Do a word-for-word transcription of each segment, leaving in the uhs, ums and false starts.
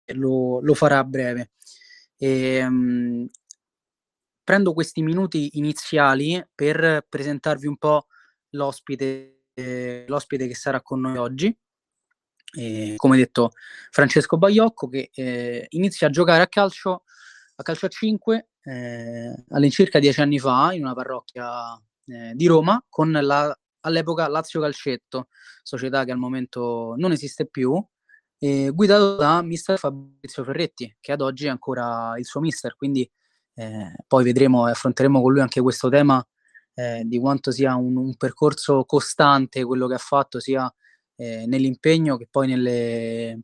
lo, lo farà a breve. E, um, prendo questi minuti iniziali per presentarvi un po' l'ospite, eh, l'ospite che sarà con noi oggi. E, come detto, Francesco Baiocco, che eh, inizia a giocare a calcio a calcio a cinque eh, all'incirca dieci anni fa in una parrocchia eh, di Roma con la, all'epoca Lazio Calcetto, società che al momento non esiste più, eh, guidato da mister Fabrizio Ferretti, che ad oggi è ancora il suo mister, quindi eh, poi vedremo e affronteremo con lui anche questo tema eh, di quanto sia un, un percorso costante quello che ha fatto, sia eh, nell'impegno che poi nelle,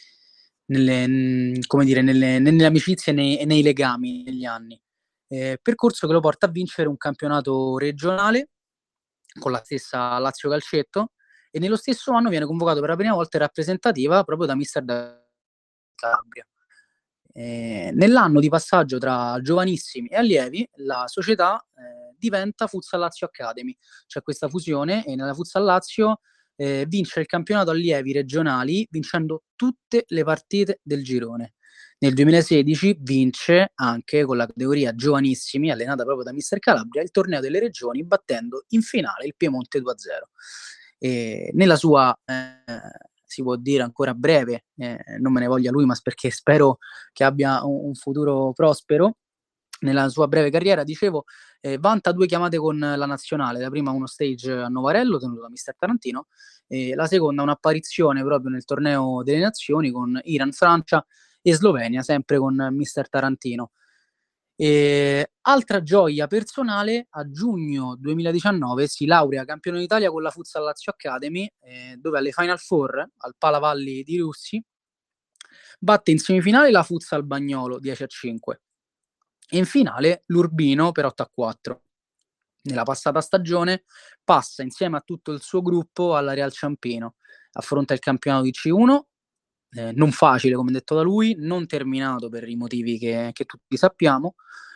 nelle, come dire, nelle, nelle amicizie e nei, e nei legami negli anni. Eh, percorso che lo porta a vincere un campionato regionale con la stessa Lazio Calcetto, e nello stesso anno viene convocato per la prima volta in rappresentativa proprio da mister Calabria. Eh, nell'anno di passaggio tra giovanissimi e allievi, la società eh, diventa Futsal Lazio Academy. C'è questa fusione e nella Futsal Lazio eh, vince il campionato allievi regionali vincendo tutte le partite del girone. Nel duemilasedici vince anche con la categoria giovanissimi, allenata proprio da mister Calabria, il torneo delle regioni, battendo in finale il Piemonte due a zero. E nella sua, eh, si può dire ancora breve, eh, non me ne voglia lui, ma perché spero che abbia un, un futuro prospero, nella sua breve carriera, dicevo, eh, vanta due chiamate con la nazionale, la prima uno stage a Novarello tenuto da mister Tarantino, e la seconda un'apparizione proprio nel torneo delle nazioni con Iran, Francia e Slovenia, sempre con mister Tarantino. E, altra gioia personale, a giugno duemiladiciannove si laurea campione d'Italia con la Futsal Lazio Academy, eh, dove alle Final Four, al Palavalli di Russi, batte in semifinale la Futsal Bagnolo dieci a cinque e in finale l'Urbino per otto a quattro. Nella passata stagione passa insieme a tutto il suo gruppo alla Real Ciampino, affronta il campionato di C uno, eh, non facile come detto da lui, non terminato per i motivi che, che tutti sappiamo,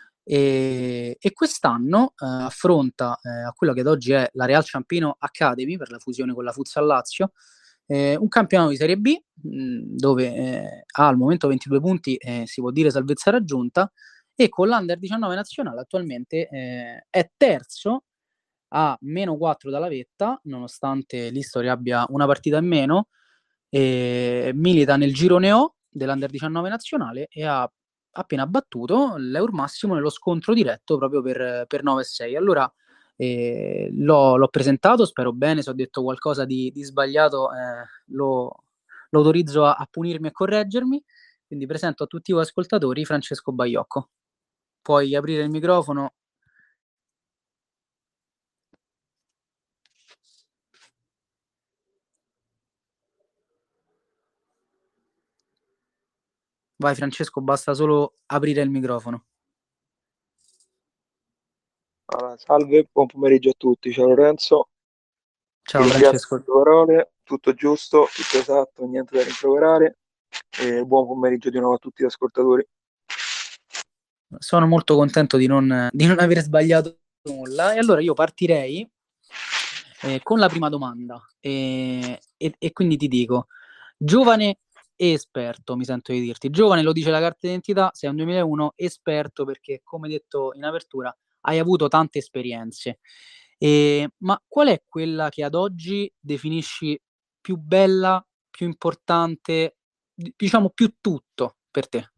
e, e quest'anno eh, affronta eh, a quello che ad oggi è la Real Ciampino Academy per la fusione con la Futsal Lazio, eh, un campionato di Serie B mh, dove eh, ha al momento ventidue punti, eh, si può dire salvezza raggiunta, e con l'Under diciannove nazionale attualmente eh, è terzo a meno quattro dalla vetta, nonostante l'History abbia una partita in meno, e milita nel girone O dell'Under diciannove nazionale e ha appena battuto l'Eur Massimo nello scontro diretto proprio per, per nove a sei. Allora eh, l'ho, l'ho presentato, spero bene, se ho detto qualcosa di, di sbagliato eh, lo, lo autorizzo a, a punirmi e correggermi, quindi presento a tutti voi ascoltatori Francesco Baiocco. Puoi aprire il microfono. Vai Francesco, basta solo aprire il microfono. Allora, salve, buon pomeriggio a tutti, ciao Lorenzo, ti Ciao ringrazio per Francesco. le tue parole, tutto giusto, tutto esatto, niente da rimproverare e buon pomeriggio di nuovo a tutti gli ascoltatori. Sono molto contento di non, di non aver sbagliato nulla, e allora io partirei eh, con la prima domanda e, e, e quindi ti dico, giovane e esperto, mi sento di dirti, giovane lo dice la carta d'identità, sei un duemilauno, esperto perché come detto in apertura hai avuto tante esperienze, e, ma qual è quella che ad oggi definisci più bella, più importante, diciamo più tutto per te?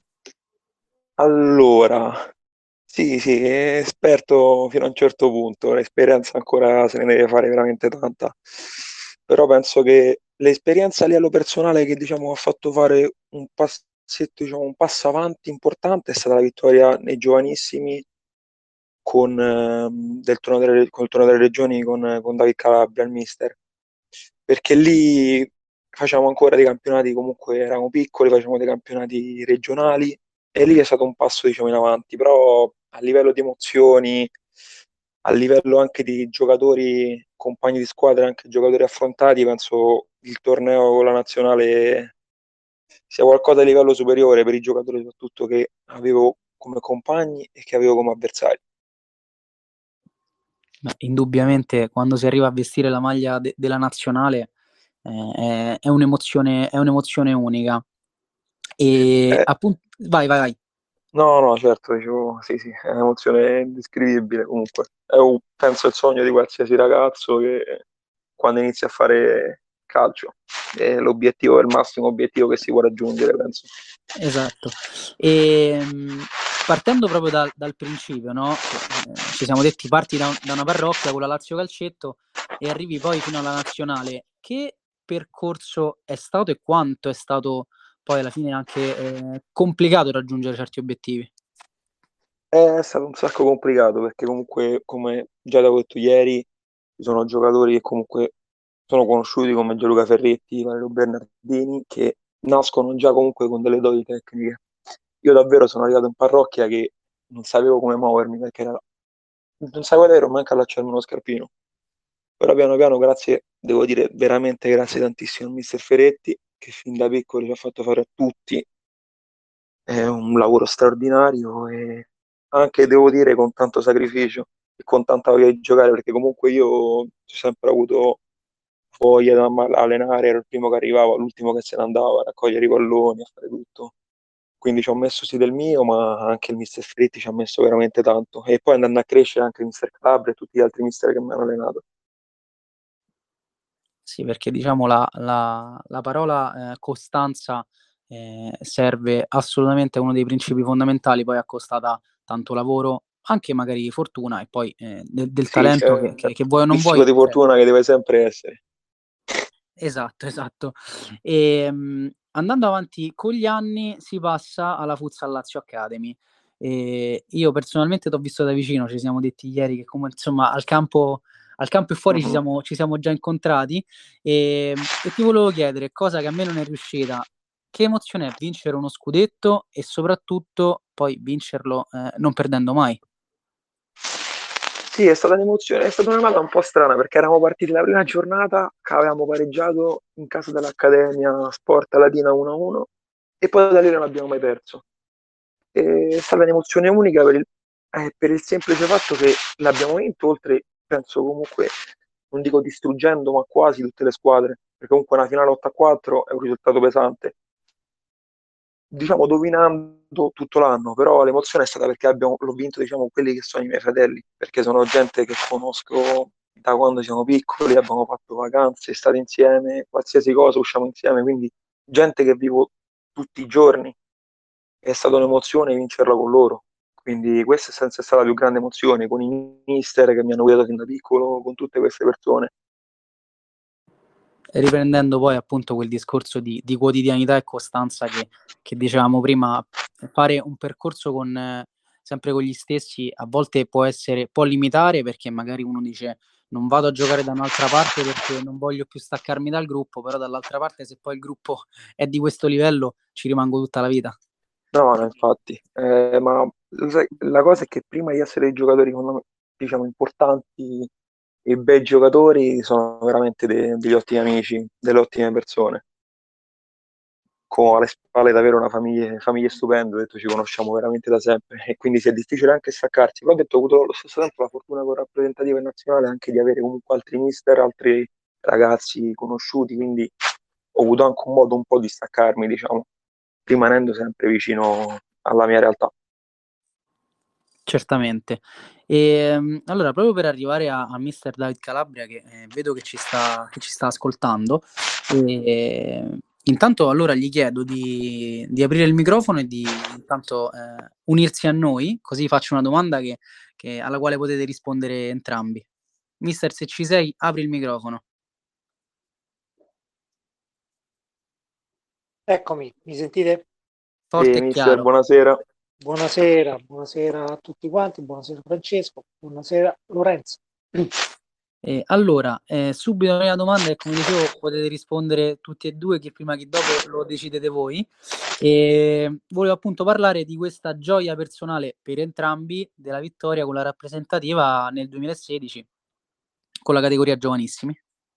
Allora, sì, sì, è esperto fino a un certo punto, l'esperienza ancora se ne deve fare veramente tanta, però penso che l'esperienza a livello personale che diciamo ha fatto fare un passetto, diciamo, un passo avanti importante è stata la vittoria nei giovanissimi con, ehm, del torneo delle, col torneo delle regioni con, con David Calabria, il mister, perché lì facciamo ancora dei campionati, comunque eravamo piccoli, facevamo dei campionati regionali e lì è stato un passo diciamo in avanti, però a livello di emozioni, a livello anche di giocatori, compagni di squadra, anche giocatori affrontati, penso il torneo con la nazionale sia qualcosa a livello superiore per i giocatori soprattutto che avevo come compagni e che avevo come avversari. Beh, indubbiamente quando si arriva a vestire la maglia de- della nazionale eh, è, è un'emozione, è un'emozione unica. E Eh, appunto, vai, vai, vai. no, no, certo, dicevo, sì, sì, è un'emozione indescrivibile comunque. È un, penso il sogno di qualsiasi ragazzo che quando inizia a fare calcio è l'obiettivo, è il massimo obiettivo che si può raggiungere, penso. Esatto. E, mh, partendo proprio dal, dal principio, no? Che eh, ci siamo detti, parti da, da una parrocchia con la Lazio Calcetto e arrivi poi fino alla nazionale. Che percorso è stato e quanto è stato poi alla fine anche eh, complicato raggiungere certi obiettivi? È stato un sacco complicato perché comunque, come già ti avevo detto ieri, ci sono giocatori che comunque sono conosciuti come Gianluca Ferretti, Valerio Bernardini, che nascono già comunque con delle doti tecniche. Io davvero sono arrivato in parrocchia che non sapevo come muovermi perché era... non sapevo davvero manco allacciarmi uno scarpino. Però piano piano, grazie, devo dire veramente grazie tantissimo a mister Ferretti, che fin da piccolo ci ha fatto fare a tutti. È un lavoro straordinario e anche, devo dire, con tanto sacrificio e con tanta voglia di giocare, perché comunque io ho sempre avuto voglia di amma- allenare, ero il primo che arrivava, l'ultimo che se ne andava a raccogliere i palloni, a fare tutto. Quindi ci ho messo sì del mio, ma anche il mister Fritti ci ha messo veramente tanto. E poi andando a crescere anche il mister Calabria e tutti gli altri mister che mi hanno allenato. Sì, perché diciamo la, la- la parola eh, costanza eh, serve assolutamente, è uno dei principi fondamentali, poi accostata tanto lavoro, anche magari fortuna e poi eh, del, del Sì, talento c'è che, che, che vuoi o non pizzico vuoi di serve. fortuna che deve sempre essere. Esatto, esatto. E, mh, andando avanti con gli anni si passa alla Futsal Lazio Academy. E io personalmente ti ho visto da vicino, ci siamo detti ieri che comunque insomma al campo, al campo e fuori ci Mhm. siamo, ci siamo già incontrati e, e ti volevo chiedere, cosa che a me non è riuscita, che emozione è vincere uno scudetto e soprattutto poi vincerlo eh, non perdendo mai? Sì, è stata un'emozione, è stata una cosa un po' strana perché eravamo partiti la prima giornata che avevamo pareggiato in casa dell'Accademia Sport Latina uno a uno e poi da lì non abbiamo mai perso. E è stata un'emozione unica per il, eh, per il semplice fatto che l'abbiamo vinto, oltre, penso comunque, non dico distruggendo, ma quasi tutte le squadre, perché comunque una finale otto a quattro è un risultato pesante, diciamo dominando tutto l'anno, però l'emozione è stata perché abbiamo, l'ho vinto, diciamo, quelli che sono i miei fratelli, perché sono gente che conosco da quando siamo piccoli, abbiamo fatto vacanze, state insieme, qualsiasi cosa usciamo insieme, quindi gente che vivo tutti i giorni, è stata un'emozione vincerla con loro. Quindi questa è senza stata la più grande emozione, con i mister che mi hanno guidato fin da piccolo, con tutte queste persone. Riprendendo poi appunto quel discorso di, di quotidianità e costanza che, che dicevamo prima, fare un percorso con eh, sempre con gli stessi a volte può essere, può limitare perché magari uno dice non vado a giocare da un'altra parte perché non voglio più staccarmi dal gruppo, però dall'altra parte se poi il gruppo è di questo livello ci rimango tutta la vita. No, no, infatti. Eh, ma lo sai, la cosa è che prima di essere dei giocatori, secondo me, diciamo, importanti e bei giocatori, sono veramente de- degli ottimi amici, delle ottime persone. Con alle spalle davvero una famiglia, famiglie stupende, ho detto ci conosciamo veramente da sempre e quindi sia difficile anche staccarsi. Però ho detto, ho avuto allo stesso tempo la fortuna con rappresentativa e nazionale anche di avere comunque altri mister, altri ragazzi conosciuti, quindi ho avuto anche un modo un po' di staccarmi, diciamo, rimanendo sempre vicino alla mia realtà. Certamente. E, mh, allora, proprio per arrivare a, a mister David Calabria, che eh, vedo che ci sta, che ci sta ascoltando, e, intanto allora gli chiedo di, di aprire il microfono e di intanto eh, unirsi a noi, così faccio una domanda che- che- alla quale potete rispondere entrambi. Mister, se ci sei, apri il microfono. Eccomi, mi sentite? Forte E e mister, chiaro. buonasera. Buonasera, buonasera a tutti quanti, buonasera Francesco, buonasera Lorenzo. Eh, allora, eh, subito la prima domanda e come dicevo potete rispondere tutti e due, chi prima chi dopo lo decidete voi. E volevo appunto parlare di questa gioia personale per entrambi della vittoria con la rappresentativa nel duemilasedici con la categoria giovanissimi.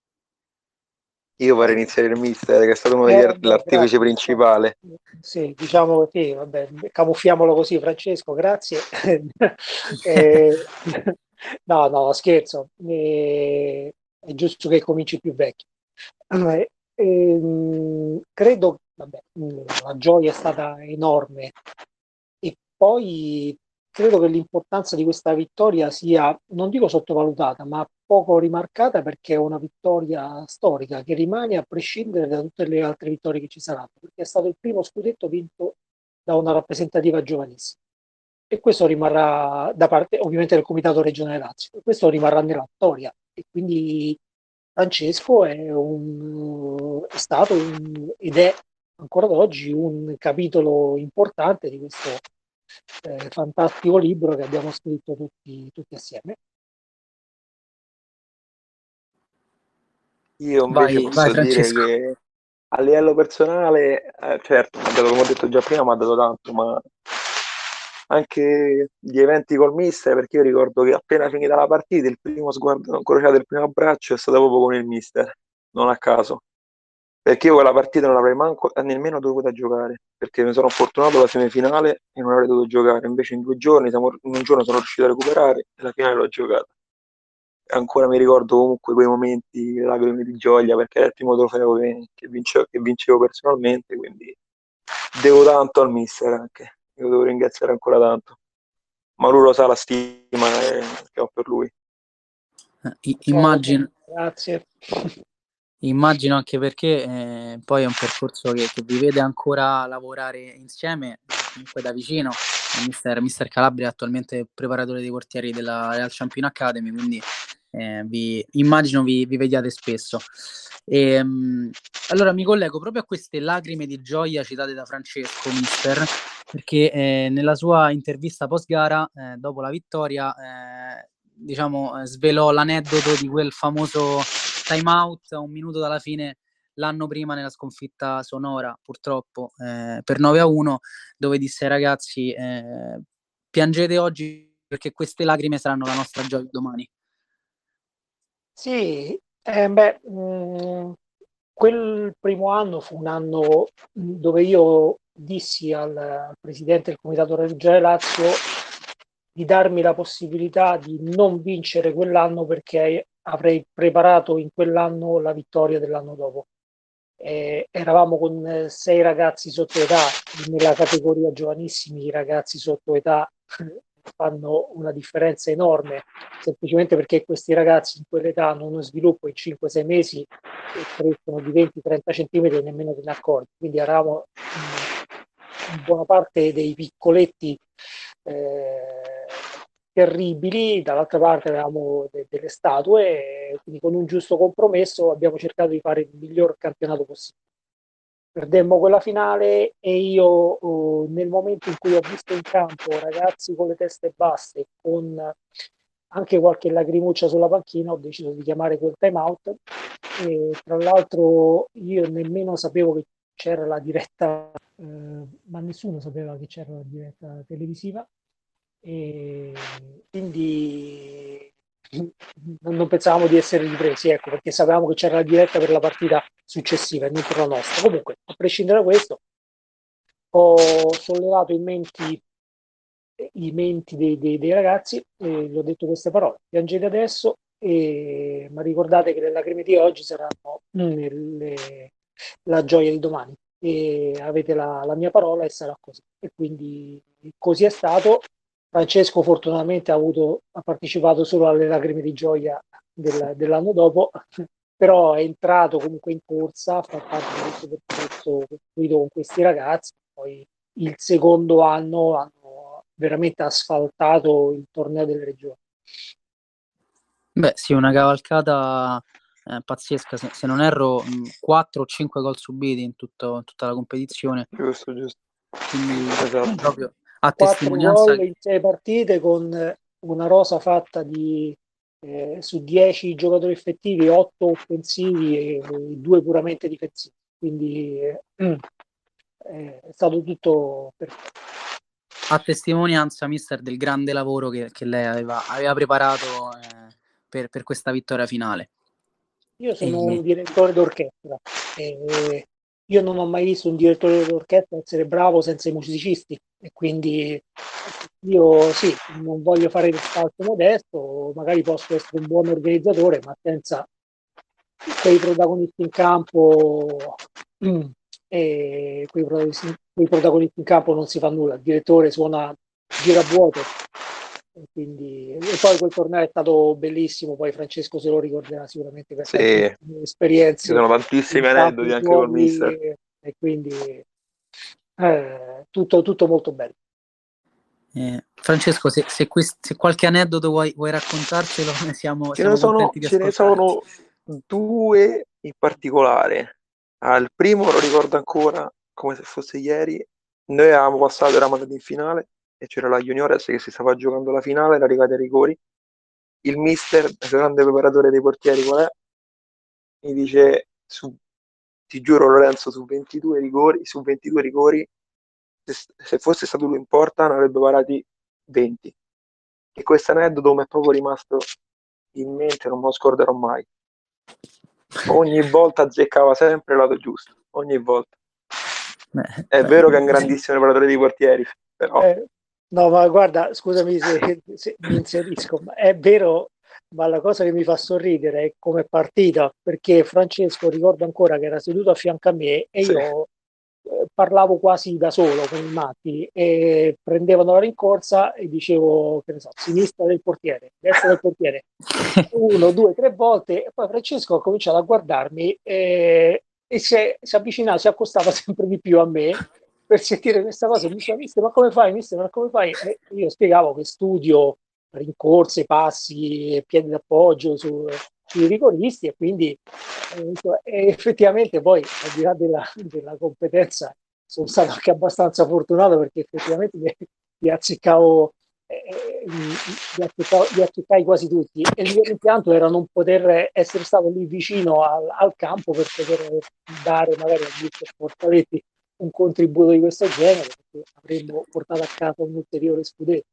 Io vorrei iniziare il mister, che è stato uno degli Eh, art- vabbè, l'artefice grazie. principale. Sì, diciamo che vabbè, camuffiamolo così, Francesco, grazie. Eh, no, no, scherzo. Eh, è giusto che cominci più vecchio. Eh, ehm, credo vabbè, la gioia è stata enorme. E poi credo che l'importanza di questa vittoria sia, non dico sottovalutata, ma poco rimarcata, perché è una vittoria storica che rimane a prescindere da tutte le altre vittorie che ci saranno, perché è stato il primo scudetto vinto da una rappresentativa giovanissima. E questo rimarrà da parte ovviamente del Comitato Regionale Lazio, e questo rimarrà nella storia. E quindi Francesco è, un, è stato un, ed è ancora ad oggi un capitolo importante di questo eh, fantastico libro che abbiamo scritto tutti, tutti assieme. Io invece Vai, vai posso dire Francesco. che a livello personale, eh, certo, m'ha dato, come ho detto già prima, mi ha dato tanto, ma anche gli eventi col mister, perché io ricordo che appena finita la partita, il primo sguardo incrociato, il primo abbraccio è stato proprio con il mister, non a caso, perché io quella partita non l'avrei manco nemmeno dovuta giocare, perché mi sono fortunato alla semifinale e non avrei dovuto giocare, invece in due giorni, siamo- in un giorno sono riuscito a recuperare e la finale l'ho giocata. Ancora mi ricordo comunque quei momenti, le lacrime di gioia, perché era il primo trofeo che, che vincevo, che vincevo personalmente, quindi devo tanto al mister anche, io devo ringraziare ancora tanto, ma lui lo sa la stima eh, che ho per lui. Eh, i- Oh, immagino, grazie. immagino anche perché eh, poi è un percorso che, che vi vede ancora lavorare insieme, comunque da vicino. Il mister, mister Calabria è attualmente preparatore dei portieri della Real Champion Academy, quindi eh, vi, immagino vi, vi vediate spesso. E, mh, allora mi collego proprio a queste lacrime di gioia citate da Francesco, mister, perché eh, nella sua intervista post gara, eh, dopo la vittoria, eh, diciamo, eh, svelò l'aneddoto di quel famoso time out a un minuto dalla fine l'anno prima nella sconfitta sonora, purtroppo, eh, per nove a uno, dove disse ai ragazzi eh, piangete oggi perché queste lacrime saranno la nostra gioia domani. Sì, eh, beh, mh, quel primo anno fu un anno mh, dove io dissi al, al presidente del Comitato Regionale Lazio di darmi la possibilità di non vincere quell'anno, perché avrei preparato in quell'anno la vittoria dell'anno dopo. Eh, eravamo con eh, sei ragazzi sotto età, nella categoria giovanissimi i ragazzi sotto età fanno una differenza enorme, semplicemente perché questi ragazzi in quell'età hanno uno sviluppo in cinque sei mesi e crescono di venti trenta centimetri e nemmeno te ne accorgi. Quindi eravamo in, in buona parte dei piccoletti eh, terribili, dall'altra parte avevamo de- delle statue, e quindi con un giusto compromesso abbiamo cercato di fare il miglior campionato possibile. Perdemmo quella finale e io oh, nel momento in cui ho visto in campo ragazzi con le teste basse, con anche qualche lacrimuccia sulla panchina, ho deciso di chiamare quel time out. E tra l'altro io nemmeno sapevo che c'era la diretta, eh, ma nessuno sapeva che c'era la diretta televisiva, e quindi non pensavamo di essere ripresi, ecco, perché sapevamo che c'era la diretta per la partita successiva e non per la nostra. Comunque, a prescindere da questo, ho sollevato i menti, i menti dei, dei- dei ragazzi e gli ho detto queste parole: piangete adesso, e, ma ricordate che le lacrime di oggi saranno le- la gioia di domani, e avete la, la mia parola e sarà così. E quindi così è stato. Francesco fortunatamente ha, avuto, ha partecipato solo alle lacrime di gioia del- dell'anno dopo, però è entrato comunque in corsa, fa parte di questo percorso costruito con questi ragazzi. Poi il secondo anno hanno veramente asfaltato il torneo delle regioni. Beh, sì, una cavalcata eh, pazzesca, se, se non erro, quattro o cinque gol subiti in, tutto, in tutta la competizione, Giusto, giusto. quindi Esatto. proprio a Quattro testimonianza. gol in sei partite, con una rosa fatta di eh, su dieci giocatori effettivi, otto offensivi e due puramente difensivi. Quindi eh, è stato tutto perfetto. A testimonianza, mister, del grande lavoro che, che lei aveva, aveva preparato eh, per, per questa vittoria finale. Io sono un E, direttore d'orchestra e io non ho mai visto un direttore d'orchestra essere bravo senza i musicisti, e quindi io sì, non voglio fare il falso modesto, magari posso essere un buon organizzatore, ma senza quei protagonisti in campo mm, e quei protagonisti, quei protagonisti in campo non si fa nulla, il direttore suona gira a vuoto. E, quindi, e poi quel torneo è stato bellissimo, poi Francesco se lo ricorderà sicuramente per Sì, tantissime ci esperienze sono in tantissimi campi aneddoti anche col fuori mister. e, e quindi eh, tutto, tutto molto bello. Eh, Francesco, se, se, quest- se qualche aneddoto vuoi, vuoi raccontarcelo, noi siamo, Ce ne siamo sono, contenti di ce ne ascoltarti. sono due in particolare. Al primo lo ricordo ancora come se fosse ieri. Noi avevamo passato, eravamo andati in finale e c'era la Juniores che si stava giocando la finale, era arrivata ai rigori. Il mister, il grande preparatore dei portieri, qual è? Mi dice, su, ti giuro Lorenzo, su ventidue rigori, su ventidue rigori, se, se fosse stato lui in porta ne avrebbe parati venti. E questo aneddoto mi è proprio rimasto in mente, non me lo scorderò mai. Ogni volta azzeccava sempre il lato giusto, ogni volta. Beh, È beh, vero che è un grandissimo preparatore di portieri, però Eh, no, ma guarda, scusami se, se mi inserisco, ma è vero, ma la cosa che mi fa sorridere è come è partita, perché Francesco ricordo ancora che era seduto a fianco a me e sì. io eh, parlavo quasi da solo con i matti e prendevano la rincorsa e dicevo, che ne so, sinistra del portiere, destra del portiere, uno, due, tre volte e poi Francesco ha cominciato a guardarmi e, e si, è, si avvicinava, si accostava sempre di più a me per sentire questa cosa. Mi diceva, mister, ma come fai, mister, ma come fai? E io spiegavo che studio rincorse, passi, piedi d'appoggio su, sui rigoristi e quindi eh, e effettivamente poi al di là della, della competenza sono stato anche abbastanza fortunato perché effettivamente mi, mi azzeccavo eh, li, accettavo, li accettai quasi tutti e il mio rimpianto era non poter essere stato lì vicino al, al campo per poter dare magari al mister Portaletti un contributo di questo genere perché avremmo portato a casa un ulteriore scudetto.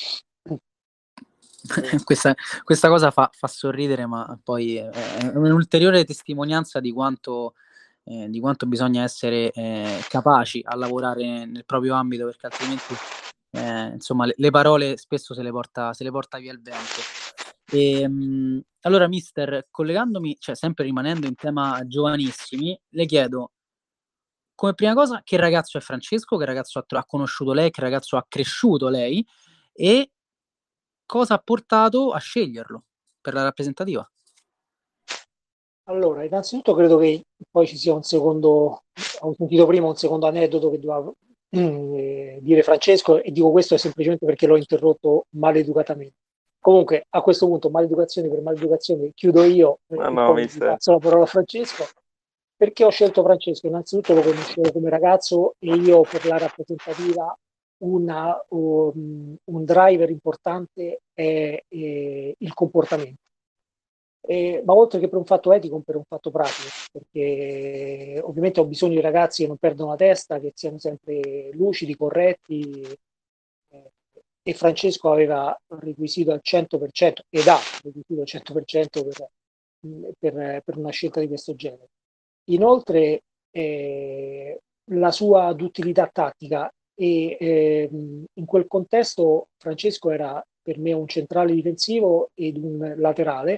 questa, questa cosa fa, fa sorridere, ma poi è, è un'ulteriore testimonianza di quanto, eh, di quanto bisogna essere eh, capaci a lavorare nel proprio ambito, perché altrimenti eh, insomma le, le parole spesso se le porta, se le porta via il vento. E, mh, allora, mister, collegandomi, cioè sempre rimanendo in tema giovanissimi, le chiedo come prima cosa che ragazzo è Francesco, che ragazzo ha, ha conosciuto lei, che ragazzo ha cresciuto lei e cosa ha portato a sceglierlo per la rappresentativa? Allora, innanzitutto credo che poi ci sia un secondo, ho sentito prima un secondo aneddoto che doveva eh, dire Francesco e dico questo è semplicemente perché l'ho interrotto maleducatamente. Comunque, a questo punto, maleducazione per maleducazione, chiudo io eh, ma e no, poi vi mister. passo la parola a Francesco. Perché ho scelto Francesco? Innanzitutto lo conoscevo come ragazzo e io per la rappresentativa una, um, un driver importante è, è il comportamento. Eh, ma oltre che per un fatto etico, per un fatto pratico, perché ovviamente ho bisogno di ragazzi che non perdono la testa, che siano sempre lucidi, corretti, eh, e Francesco aveva requisito al cento per cento ed ha requisito al cento per cento per, per, per una scelta di questo genere. Inoltre, eh, la sua duttilità tattica e eh, in quel contesto Francesco era per me un centrale difensivo ed un laterale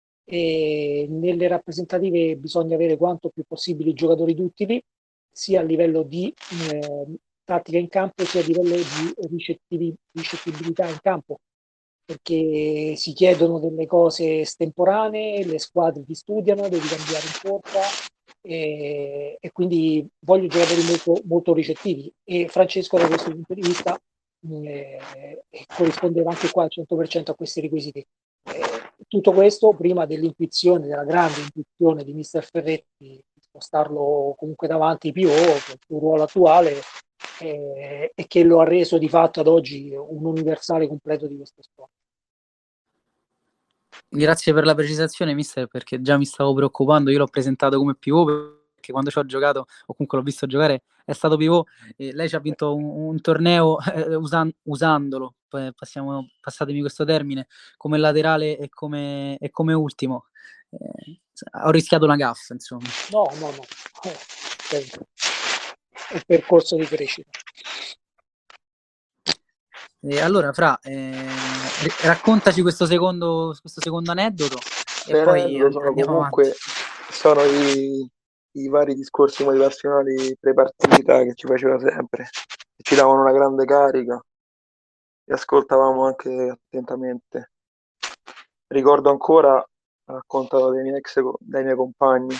e nelle rappresentative bisogna avere quanto più possibile giocatori duttili sia a livello di eh, tattica in campo sia a livello di ricettivi, ricettibilità in campo perché si chiedono delle cose estemporanee, le squadre ti studiano, devi cambiare in corsa e, e quindi voglio giocatori molto, molto ricettivi e Francesco da questo punto di vista eh, corrispondeva anche qua al cento per cento a questi requisiti. Eh, tutto questo prima dell'intuizione, della grande intuizione di mister Ferretti di spostarlo comunque davanti P O per il suo ruolo attuale eh, e che lo ha reso di fatto ad oggi un universale completo di questo sport. Grazie per la precisazione, mister, perché già mi stavo preoccupando. Io l'ho presentato come pivot perché quando ci ho giocato o comunque l'ho visto giocare è stato pivot e lei ci ha vinto un, un torneo eh, usan, usandolo, passiamo, passatemi questo termine, come laterale e come, e come ultimo. Eh, ho rischiato una gaffa, insomma. No, no, no. È un percorso di crescita. E allora, Fra, eh, raccontaci questo secondo, questo secondo aneddoto e Le poi aneddoto sono andiamo comunque avanti. sono i, i vari discorsi motivazionali pre-partita che ci faceva sempre, che ci davano una grande carica e ascoltavamo anche attentamente. Ricordo ancora, raccontato dai miei ex, dai miei compagni,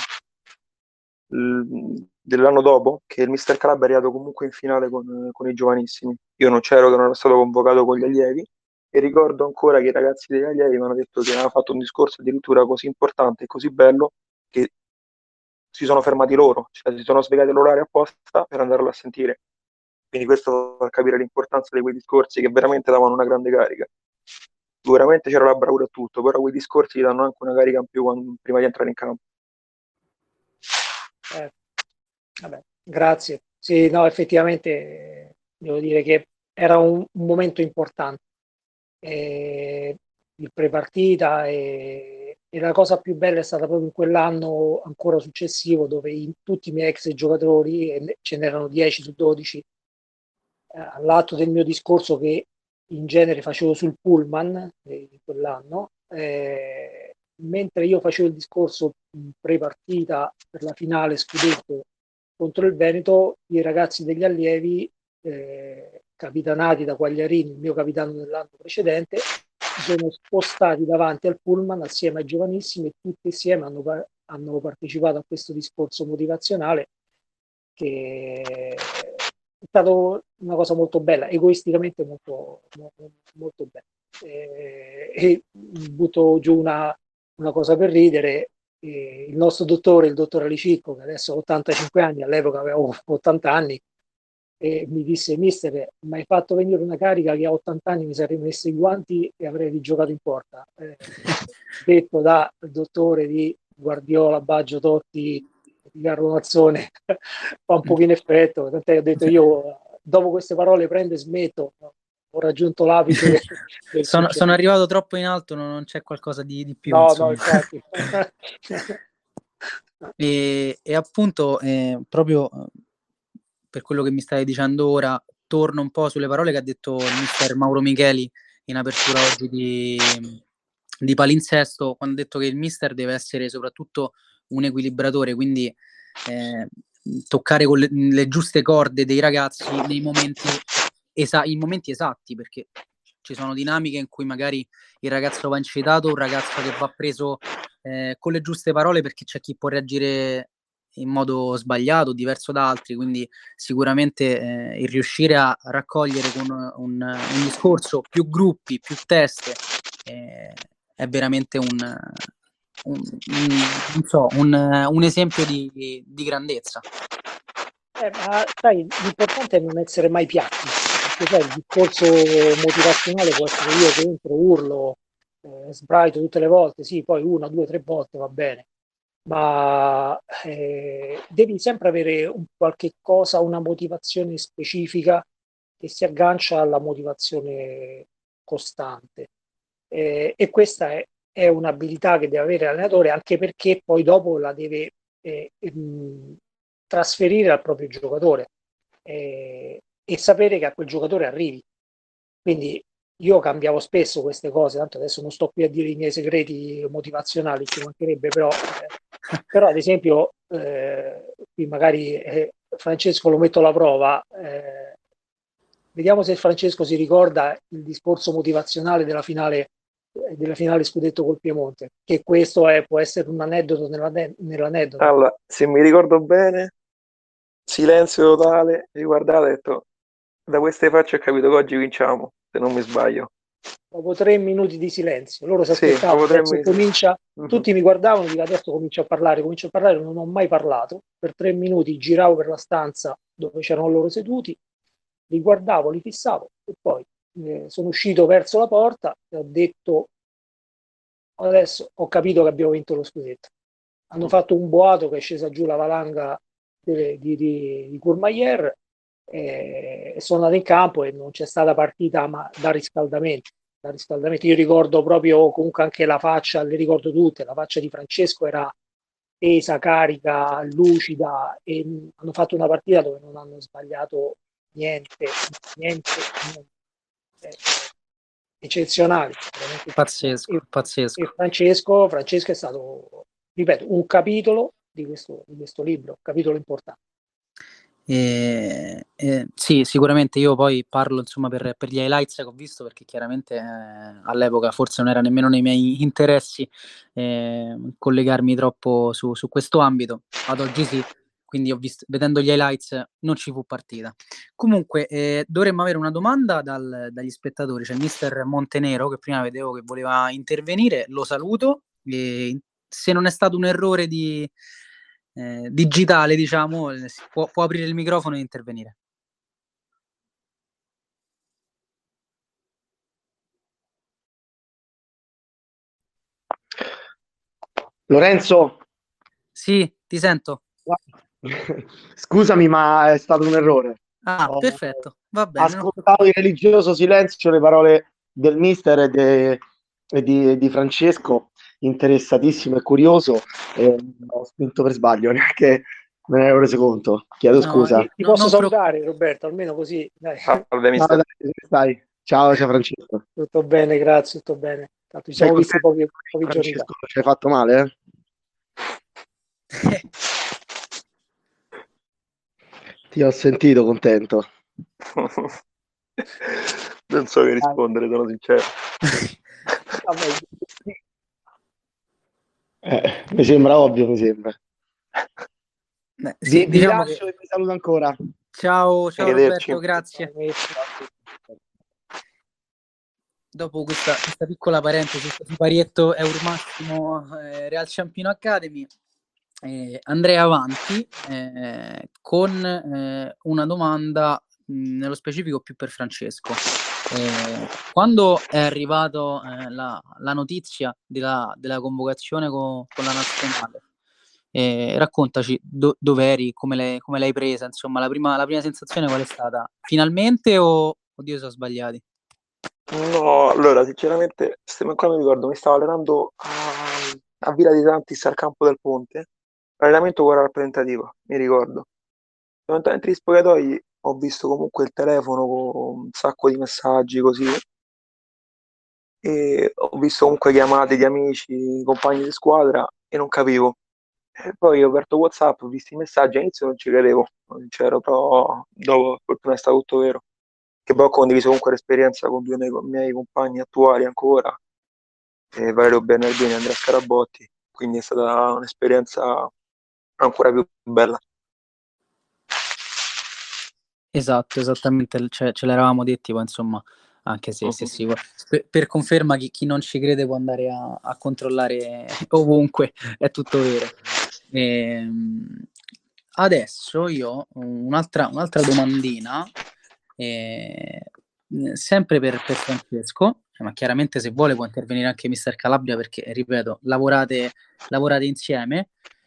l- dell'anno dopo, che il mister Club è arrivato comunque in finale con, con i giovanissimi. Io non c'ero, che non ero stato convocato con gli allievi, e ricordo ancora che i ragazzi degli allievi mi hanno detto che aveva fatto un discorso addirittura così importante e così bello che si sono fermati loro, cioè si sono spiegati l'orario apposta per andarlo a sentire. Quindi questo fa capire l'importanza di quei discorsi che veramente davano una grande carica. Sicuramente c'era la bravura e tutto, però quei discorsi ti danno anche una carica in più quando- prima di entrare in campo. Eh, vabbè, grazie. Sì, no, effettivamente eh, devo dire che era un, un momento importante. Eh, il pre-partita e, e la cosa più bella è stata proprio in quell'anno ancora successivo dove in, tutti i miei ex giocatori, e ne- ce n'erano dieci su dodici, eh, all'atto del mio discorso che in genere facevo sul pullman eh, di quell'anno, eh, mentre io facevo il discorso mh, pre-partita per la finale scudetto contro il Veneto, i ragazzi degli allievi, eh, capitanati da Quagliarini, il mio capitano dell'anno precedente, si sono spostati davanti al pullman assieme ai giovanissimi e tutti insieme hanno, pa- hanno partecipato a questo discorso motivazionale che è stato una cosa molto bella, egoisticamente molto, molto, molto bella. E, e butto giù una, una cosa per ridere, eh, il nostro dottore, il dottor Alicicco, che adesso ha ottantacinque anni, all'epoca avevo ottanta anni, e mi disse: mister, mi hai fatto venire una carica che a ottanta anni mi sarei messo i guanti e avrei rigiocato in porta. Eh, detto da dottore di Guardiola, Baggio, Totti, di Carlo Mazzone, fa un pochino effetto, tant'è che ho detto io dopo queste parole prendo e smetto, no? Ho raggiunto l'apice del, del sono, successo. sono arrivato troppo in alto, non, non c'è qualcosa di, di più, No, insomma. no, infatti. E, e appunto, eh, proprio eh, per quello che mi stai dicendo ora, torno un po' sulle parole che ha detto il mister Mauro Micheli in apertura oggi di, di Palinsesto, quando ha detto che il mister deve essere soprattutto un equilibratore, quindi eh, toccare con le, le giuste corde dei ragazzi nei momenti, esa- in momenti esatti, perché ci sono dinamiche in cui magari il ragazzo va incitato, un ragazzo che va preso eh, con le giuste parole, perché c'è chi può reagire in modo sbagliato, diverso da altri, quindi sicuramente eh, il riuscire a raccogliere con un, un discorso più gruppi, più teste, eh, è veramente un, un, un, non so, un, un esempio di, di grandezza. Eh, ma sai, l'importante è non essere mai piatti, perché sai, il discorso motivazionale può essere io che entro, urlo, eh, sbraito tutte le volte, sì, poi una, due, tre volte va bene, ma eh, devi sempre avere un qualche cosa, una motivazione specifica che si aggancia alla motivazione costante. Eh, e questa è, è un'abilità che deve avere l'allenatore, anche perché poi dopo la deve eh, ehm, trasferire al proprio giocatore eh, e sapere che a quel giocatore arrivi. Quindi io cambiavo spesso queste cose, tanto adesso non sto qui a dire i miei segreti motivazionali, ci mancherebbe, però, eh, però ad esempio, eh, qui magari eh, Francesco lo metto alla prova, eh, vediamo se Francesco si ricorda il discorso motivazionale della finale, eh, della finale scudetto col Piemonte, che questo è, può essere un aneddoto nell'aneddoto. Allora, se mi ricordo bene, silenzio totale, riguardate, ho detto, da queste facce ho capito che oggi vinciamo, se non mi sbaglio. Dopo tre minuti di silenzio, loro si Sì, aspettavano, dopo tre adesso mesi. comincia, Mhm. tutti mi guardavano, dico adesso comincio a parlare, comincio a parlare, non ho mai parlato, per tre minuti giravo per la stanza dove c'erano loro seduti, li guardavo, li fissavo e poi eh, sono uscito verso la porta e ho detto adesso ho capito che abbiamo vinto lo scudetto. Hanno fatto un boato che è scesa giù la valanga di, di, di, di Courmayeur e sono andato in campo e non c'è stata partita ma da riscaldamento. Da riscaldamento. Io ricordo proprio comunque anche la faccia, le ricordo tutte, la faccia di Francesco era tesa, carica, lucida e hanno fatto una partita dove non hanno sbagliato niente, niente, niente. Eh, eccezionali, veramente eccezionali. Pazzesco, E, pazzesco. e Francesco, Francesco è stato, ripeto, un capitolo di questo, di questo libro, capitolo importante. E, e, sì, sicuramente io poi parlo insomma per, per gli highlights che ho visto, perché chiaramente eh, all'epoca forse non era nemmeno nei miei interessi eh, collegarmi troppo su, su questo ambito. Ad oggi sì, quindi ho visto, vedendo gli highlights non ci fu partita. Comunque eh, dovremmo avere una domanda dal, dagli spettatori. C'è il mister Montenero che prima vedevo che voleva intervenire, lo saluto. E se non è stato un errore di Eh, digitale, diciamo, può, può aprire il microfono e intervenire. Lorenzo? Sì, ti sento. Scusami, ma è stato un errore. Ah, Ho perfetto, va bene. ascoltato in religioso silenzio le parole del mister e, de- e di, di Francesco, interessatissimo e curioso, e ho spinto per sbaglio, neanche me ne ero reso conto. Chiedo No, scusa. Ti, ti no, posso non pro- salutare, Roberto, almeno così. Dai. Salve, Ciao, mister. dai, come stai? Ciao, ciao Francesco. Tutto bene, grazie, tutto bene. Tanto ci Sei siamo visti contento, pochi, pochi giorni fa. Francesco? Ci hai fatto male, eh? Ti ho sentito contento. Non so che rispondere, sono sincero. Vabbè, Eh, mi sembra ovvio, mi sembra. Eh, Vi, sì, vi diciamo lascio che... e vi saluto ancora. Ciao, ciao Arrivederci. Roberto, grazie. Dopo questa, questa piccola parentesi su Parietto Euromassimo eh, Real Ciampino Academy, eh, andrei avanti eh, con eh, una domanda mh, nello specifico più per Francesco. Eh, quando è arrivato eh, la, la notizia della, della convocazione co- con la nazionale, eh, raccontaci do, dove eri, come l'hai, come l'hai presa, insomma, la prima, la prima sensazione qual è stata? Finalmente o, oddio, sono sbagliati? No, allora, sinceramente, se ancora mi ricordo, mi stavo allenando a, a Villa di Santis al campo del Ponte, allenamento con la rappresentativa, mi ricordo. Sono entrato negli spogliatoi, ho visto comunque il telefono con un sacco di messaggi così, e ho visto comunque chiamate di amici, compagni di squadra, e non capivo. E poi ho aperto WhatsApp, ho visto i messaggi, all'inizio non ci credevo, sono sincero, però dopo per fortuna è stato tutto vero. Che poi ho condiviso comunque l'esperienza con due miei, miei compagni attuali ancora, eh, Valerio Bernardini e Andrea Scarabotti, quindi è stata un'esperienza ancora più bella. Esatto, esattamente, cioè, ce l'eravamo detti, poi insomma, anche se, se si, per, per conferma chi, chi non ci crede può andare a, a controllare ovunque, è tutto vero. Ehm, adesso io ho un'altra, un'altra domandina, eh, sempre per, per Francesco, ma chiaramente se vuole può intervenire anche mister Calabria perché, ripeto, lavorate, lavorate insieme.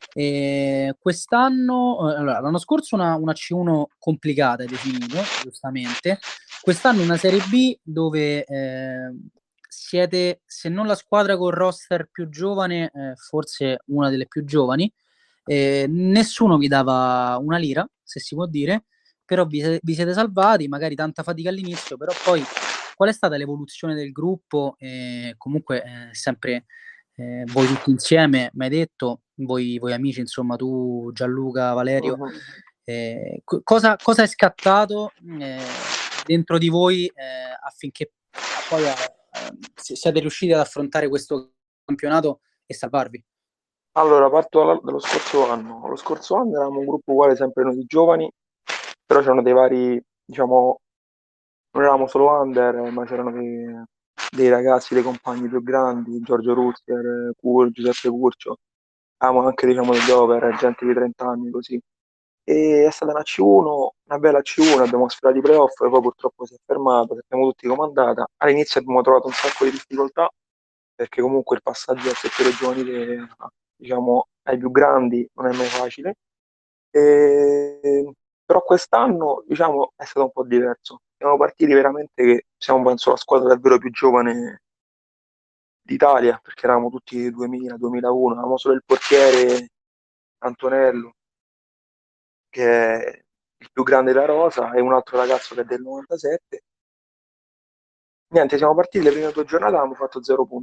E quest'anno, eh, allora, l'anno scorso una, una C uno complicata, hai definito, giustamente. Quest'anno una Serie B dove eh, siete, se non la squadra con roster più giovane, eh, forse una delle più giovani. Eh, nessuno vi dava una lira, se si può dire, però vi, vi siete salvati, magari tanta fatica all'inizio, però poi qual è stata l'evoluzione del gruppo? Eh, comunque eh, sempre eh, voi tutti insieme, mi hai detto, voi, voi amici, insomma, tu, Gianluca, Valerio, Mhm. eh, co- cosa, cosa è scattato eh, dentro di voi eh, affinché poi eh, si- siate riusciti ad affrontare questo campionato e salvarvi? Allora, parto dalla- dallo scorso anno. Lo scorso anno eravamo un gruppo uguale, sempre noi di giovani, però c'erano dei vari, diciamo, non eravamo solo under, ma c'erano dei, dei ragazzi, dei compagni più grandi, Giorgio Rutter, Cur, Giuseppe Curcio, avevamo anche, diciamo, degli over, gente di trenta anni, così. E è stata una C uno, una bella C uno, abbiamo sfiorato i playoff, e poi purtroppo si è fermato, sappiamo tutti com'è andata. All'inizio abbiamo trovato un sacco di difficoltà, perché comunque il passaggio dal settore giovanile, diciamo, ai più grandi non è mai facile. E- Però quest'anno, diciamo, è stato un po' diverso. Siamo partiti veramente che siamo, penso, la squadra davvero più giovane d'Italia, perché eravamo tutti duemila, duemilauno, avevamo solo il portiere Antonello, che è il più grande della rosa, e un altro ragazzo che è del novantasette. Niente, siamo partiti le prime due giornate, avevamo fatto zero punti.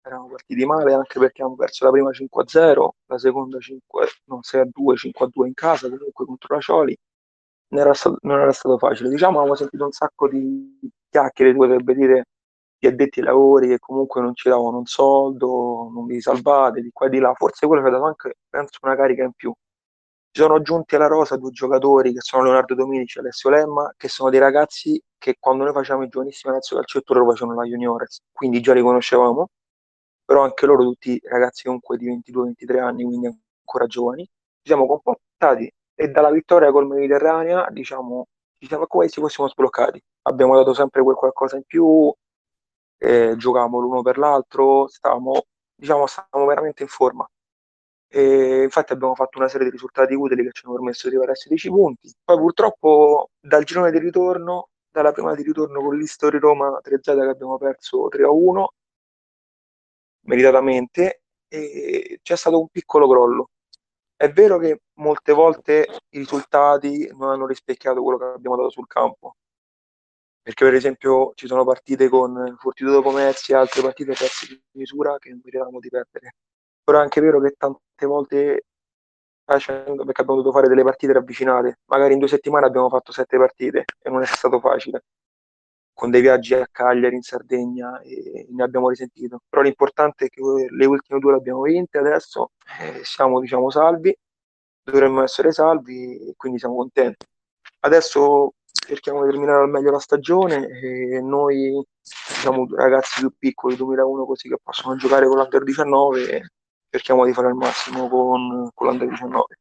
eravamo partiti male anche perché abbiamo perso la prima cinque a zero, la seconda cinque, no, sei a due, cinque a due in casa, comunque contro la Cioli. Non era stato, non era stato facile. Diciamo, avevo sentito un sacco di chiacchiere, si potrebbe dire, di addetti ai lavori che comunque non ci davano un soldo, non vi salvate, di qua e di là. Forse quello ci ha dato anche, penso, una carica in più. Ci sono aggiunti alla rosa due giocatori che sono Leonardo Dominici e Alessio Lemma, che sono dei ragazzi che quando noi facciamo i giovanissimi Lazio Calciotto loro facevano la Juniores, quindi già li conoscevamo, però anche loro tutti ragazzi comunque di ventidue ventitré anni, quindi ancora giovani. Ci siamo comportati e dalla vittoria col Mediterranea, diciamo, ci siamo come se fossimo sbloccati. Abbiamo dato sempre quel qualcosa in più, eh, giocavamo l'uno per l'altro, stavamo, diciamo, stavamo veramente in forma. E infatti abbiamo fatto una serie di risultati utili che ci hanno permesso di arrivare a sedici punti. Poi purtroppo dal girone di ritorno, dalla prima di ritorno con l'Histori Roma tre zero che abbiamo perso tre a uno, meritatamente, e c'è stato un piccolo crollo. È vero che molte volte i risultati non hanno rispecchiato quello che abbiamo dato sul campo, perché per esempio ci sono partite con Fortitudo Pomezia e altre partite perse di misura che non meritavamo di perdere. Però è anche vero che tante volte facendo, perché abbiamo dovuto fare delle partite ravvicinate, magari in due settimane abbiamo fatto sette partite e non è stato facile, con dei viaggi a Cagliari, in Sardegna, e ne abbiamo risentito. Però l'importante è che le ultime due le abbiamo vinte adesso, eh, siamo diciamo salvi, dovremmo essere salvi e quindi siamo contenti. Adesso cerchiamo di terminare al meglio la stagione e noi, diciamo, ragazzi più piccoli, duemilauno così, che possono giocare con l'Under diciannove, cerchiamo di fare il massimo con, con l'Under diciannove.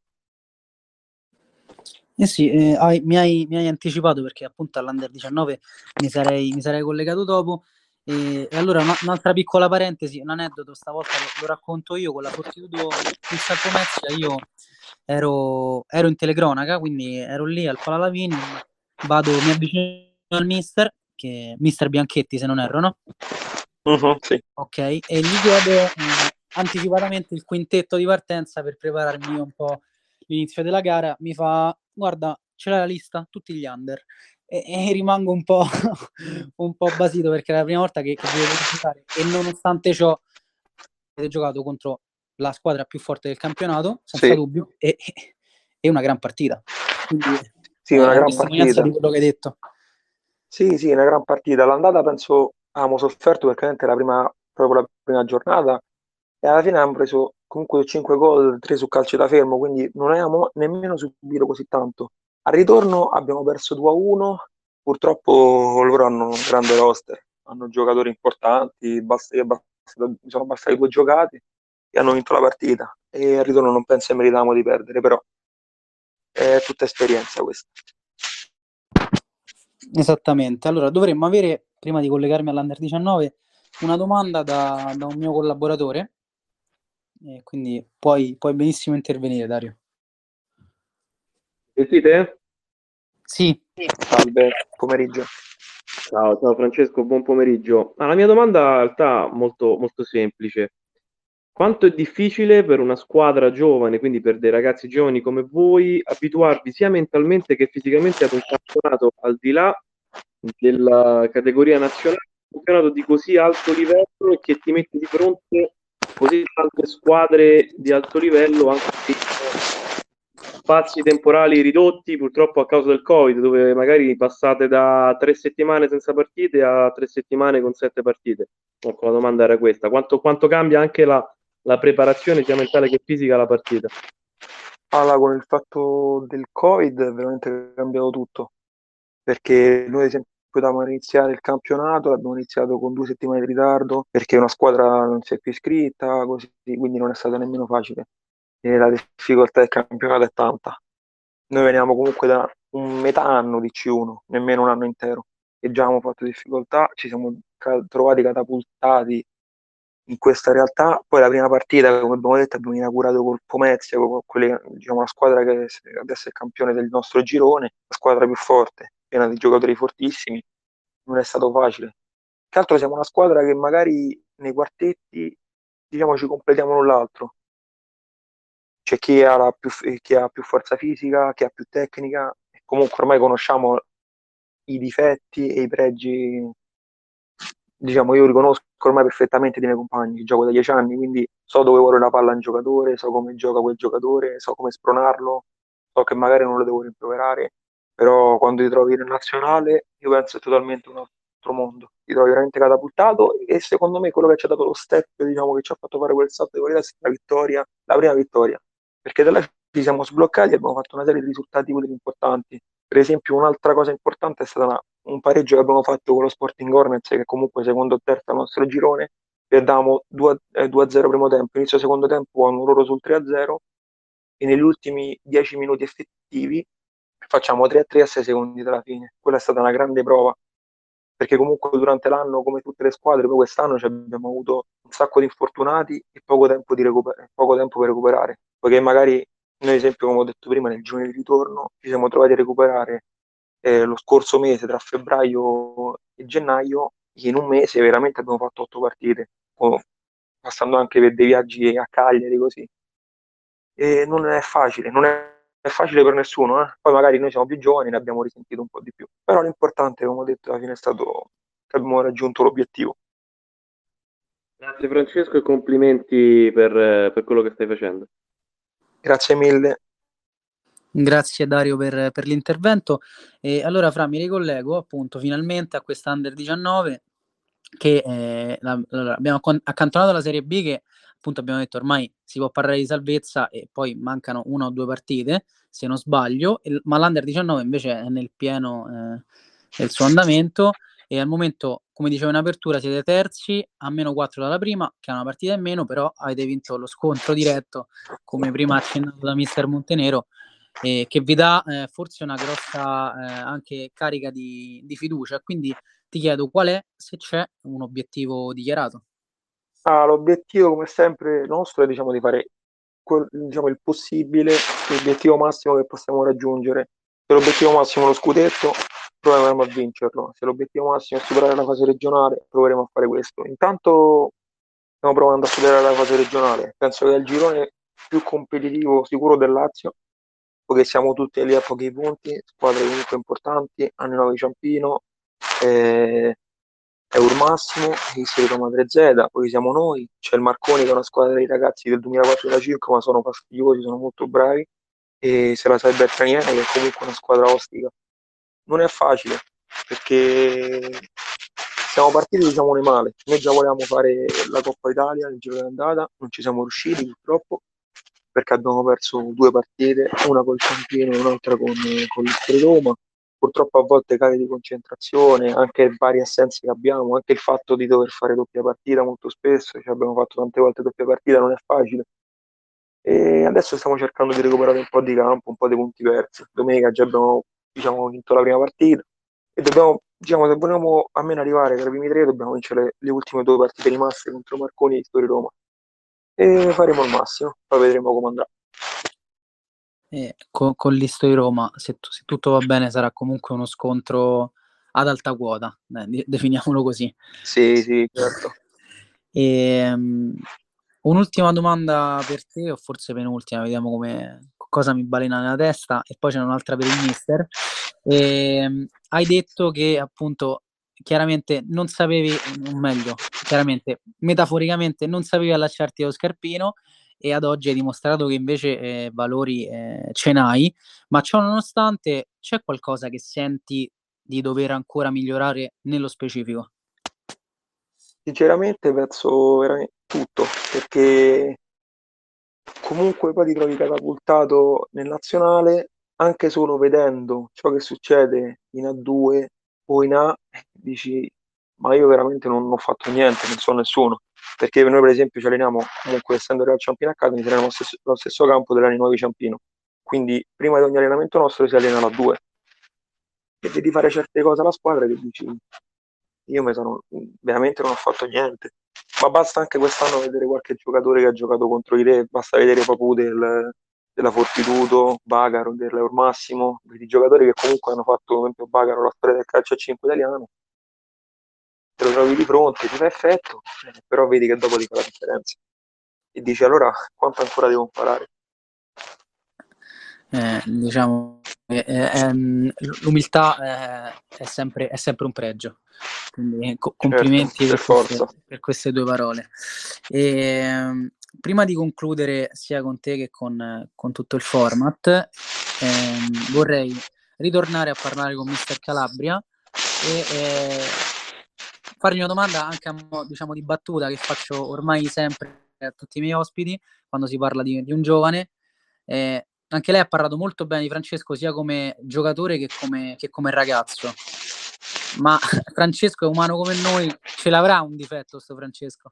Eh sì, eh, hai- mi, hai, mi hai anticipato perché appunto all'Under diciannove mi sarei, mi sarei collegato dopo. E, e allora una- un'altra piccola parentesi, un aneddoto, stavolta lo, lo racconto io con la Fortitudo Crystal Pomezia. Io ero, ero in telecronaca, quindi ero lì al Palalavini, vado, mi avvicino al mister, che mister Bianchetti se non erro, no? Mhm, sì. Ok, e gli chiedo eh, anticipatamente il quintetto di partenza per prepararmi io un po' l'inizio della gara. Mi fa, guarda, c'è la lista, tutti gli under. E, e rimango un po', un po' basito perché è la prima volta che, che vedo giocare e nonostante ciò avete giocato contro la squadra più forte del campionato, senza Sì, dubbio, e, e- e una gran partita. Quindi sì, è una a gran testimonianza partita. di quello che hai detto. Sì, sì, una gran partita. L'andata penso avevamo sofferto perché veramente la prima, proprio la prima giornata e alla fine abbiamo preso comunque cinque gol, tre su calcio da fermo, quindi non avevamo nemmeno subito così tanto. Al ritorno abbiamo perso due a uno, purtroppo loro hanno un grande roster, hanno giocatori importanti, basta, basta- mi sono bastati due giocate e hanno vinto la partita e al ritorno non penso che meritavamo di perdere, però è tutta esperienza questa. Esattamente. Allora, dovremmo avere, prima di collegarmi all'Under diciannove, una domanda da, da un mio collaboratore. E quindi puoi, puoi benissimo intervenire, Dario. Sentite? Sì, Salve, pomeriggio. Ciao, ciao Francesco, buon pomeriggio. Ah, la mia domanda in realtà è molto, molto semplice. Quanto è difficile per una squadra giovane, quindi per dei ragazzi giovani come voi, abituarvi sia mentalmente che fisicamente ad un campionato al di là della categoria nazionale, un campionato di così alto livello e che ti mette di fronte così tante squadre di alto livello anche in spazi temporali ridotti purtroppo a causa del Covid, dove magari passate da tre settimane senza partite a tre settimane con sette partite. Ecco, la domanda era questa: quanto, quanto cambia anche la, la preparazione sia mentale che fisica alla partita? Allora, con il fatto del Covid è veramente cambiato tutto, perché noi ad esempio potevamo iniziare il campionato, l'abbiamo iniziato con due settimane di ritardo, perché una squadra non si è più iscritta, così, quindi non è stato nemmeno facile. E la difficoltà del campionato è tanta. Noi veniamo comunque da un metà anno di C uno, nemmeno un anno intero, e già abbiamo fatto difficoltà, ci siamo ca- trovati catapultati in questa realtà. Poi la prima partita, come abbiamo detto, abbiamo inaugurato col Pomezia, con quelle, diciamo, la squadra che adesso è campione del nostro girone, la squadra più forte, piena di giocatori fortissimi. Non è stato facile. Che altro siamo una squadra che magari nei quartetti, diciamo, ci completiamo l'un l'altro. C'è chi ha, la più, chi ha più forza fisica, chi ha più tecnica, e comunque ormai conosciamo i difetti e i pregi. Diciamo, io riconosco ormai perfettamente dei miei compagni, gioco da dieci anni, quindi so dove vuole la palla un giocatore, so come gioca quel giocatore, so come spronarlo, so che magari non lo devo rimproverare, però quando ti trovi nel nazionale io penso è totalmente un altro mondo, ti trovi veramente catapultato e secondo me quello che ci ha dato lo step, diciamo, che ci ha fatto fare quel salto di qualità è stata la vittoria, la prima vittoria, perché da là ci siamo sbloccati e abbiamo fatto una serie di risultati utili importanti. Per esempio, un'altra cosa importante è stata una- un pareggio che abbiamo fatto con lo Sporting Hornets, che comunque secondo o terzo al nostro girone, perdavamo due a zero primo tempo, inizio secondo tempo hanno loro sul tre a zero e negli ultimi dieci minuti effettivi facciamo tre a tre a sei secondi dalla fine. Quella è stata una grande prova, perché comunque durante l'anno, come tutte le squadre, poi quest'anno ci abbiamo avuto un sacco di infortunati e poco tempo, di recuper- poco tempo per recuperare, poiché magari noi, ad esempio, come ho detto prima, nel giorno di ritorno ci siamo trovati a recuperare eh, lo scorso mese, tra febbraio e gennaio, in un mese veramente abbiamo fatto otto partite, o- passando anche per dei viaggi a Cagliari così. E non è facile, non è, è facile per nessuno, eh. Poi magari noi siamo più giovani, ne abbiamo risentito un po' di più. Però l'importante, come ho detto, alla fine è stato che abbiamo raggiunto l'obiettivo. Grazie Francesco e complimenti per, eh, per quello che stai facendo. Grazie mille. Grazie Dario per, per l'intervento. E allora, Fra, mi ricollego appunto finalmente a questa Under diciannove che eh, la, allora, abbiamo accantonato la Serie B, che appunto abbiamo detto ormai si può parlare di salvezza e poi mancano una o due partite, se non sbaglio, e, ma l'Under diciannove invece è nel pieno eh, del suo andamento e al momento, come dicevo in apertura, siete terzi a meno quattro dalla prima, che è una partita in meno, però avete vinto lo scontro diretto, come prima accennato da mister Montenero, eh, che vi dà eh, forse una grossa eh, anche carica di, di fiducia. Quindi ti chiedo qual è, se c'è, un obiettivo dichiarato. Ah, l'obiettivo, come sempre, nostro è diciamo, di fare quel- diciamo, il possibile, l'obiettivo massimo che possiamo raggiungere. Se l'obiettivo massimo è lo scudetto, proveremo a vincerlo. Se l'obiettivo massimo è superare la fase regionale, proveremo a fare questo. Intanto stiamo provando a superare la fase regionale. Penso che è il girone più competitivo sicuro del Lazio, poiché siamo tutti lì a pochi punti, squadre comunque importanti, hanno nove Ciampino, eh, Eur Massimo, il solito Madre Z, poi siamo noi, c'è il Marconi che è una squadra di ragazzi del duemilaquattro-duemilacinque ma sono fastidiosi, sono molto bravi, e se la sai Bertraniere che è comunque una squadra ostica. Non è facile perché siamo partiti diciamo male, noi già volevamo fare la Coppa Italia, il giro d'andata, non ci siamo riusciti purtroppo perché abbiamo perso due partite, una col Ciampino e un'altra con, con l'Istria di Roma. Purtroppo a volte cali di concentrazione, anche varie assenze che abbiamo, anche il fatto di dover fare doppia partita molto spesso, ci abbiamo fatto tante volte doppia partita, non è facile. E adesso stiamo cercando di recuperare un po' di campo, un po' di punti persi. Domenica già abbiamo, diciamo, vinto la prima partita e dobbiamo, diciamo, se vogliamo almeno arrivare tra i primi tre, dobbiamo vincere le, le ultime due partite rimaste contro Marconi e Stori Roma. E faremo il massimo, poi vedremo come andrà. Eh, con, con l'Isto di Roma, se, se tutto va bene, sarà comunque uno scontro ad alta quota, eh, definiamolo così. Sì, sì, certo. E, um, un'ultima domanda per te, o forse penultima, vediamo come, cosa mi balena nella testa, e poi c'è un'altra per il mister. E, um, hai detto che appunto chiaramente non sapevi, o meglio, chiaramente metaforicamente non sapevi allacciarti lo scarpino, e ad oggi hai dimostrato che invece eh, valori eh, ce n'hai, ma ciò nonostante c'è qualcosa che senti di dover ancora migliorare nello specifico? Sinceramente penso veramente tutto, perché comunque poi ti trovi catapultato nel nazionale anche solo vedendo ciò che succede in A due o in A, dici, ma io veramente non ho fatto niente, non so nessuno, perché noi per esempio ci alleniamo, comunque essendo Real Ciampino Academy, ci alleniamo allo stesso, allo stesso campo dell'Ani Nuovi Ciampino, quindi prima di ogni allenamento nostro si allena la due e vedi fare certe cose alla squadra che dici, io mi sono, veramente non ho fatto niente. Ma basta anche quest'anno vedere qualche giocatore che ha giocato contro di te, basta vedere Papù del, della Fortitudo, Bagaro dell'Eur Massimo, vedi giocatori che comunque hanno fatto, per esempio Bagaro, la storia del calcio a cinque italiano, te lo trovi di fronte, ti fa effetto, eh, però vedi che dopo ti fa la differenza. E dici allora quanto ancora devo imparare? eh, diciamo eh, eh, l'umiltà eh, è, sempre, è sempre un pregio, quindi co- complimenti certo, per, per queste, forza. per queste due parole. E, prima di concludere sia con te che con, con tutto il format, ehm, vorrei ritornare a parlare con mister Calabria e eh, fargli una domanda anche a mo', diciamo, di battuta, che faccio ormai sempre a tutti i miei ospiti quando si parla di, di un giovane. Eh, anche lei ha parlato molto bene di Francesco sia come giocatore che come, che come ragazzo, ma Francesco è umano come noi, ce l'avrà un difetto sto Francesco?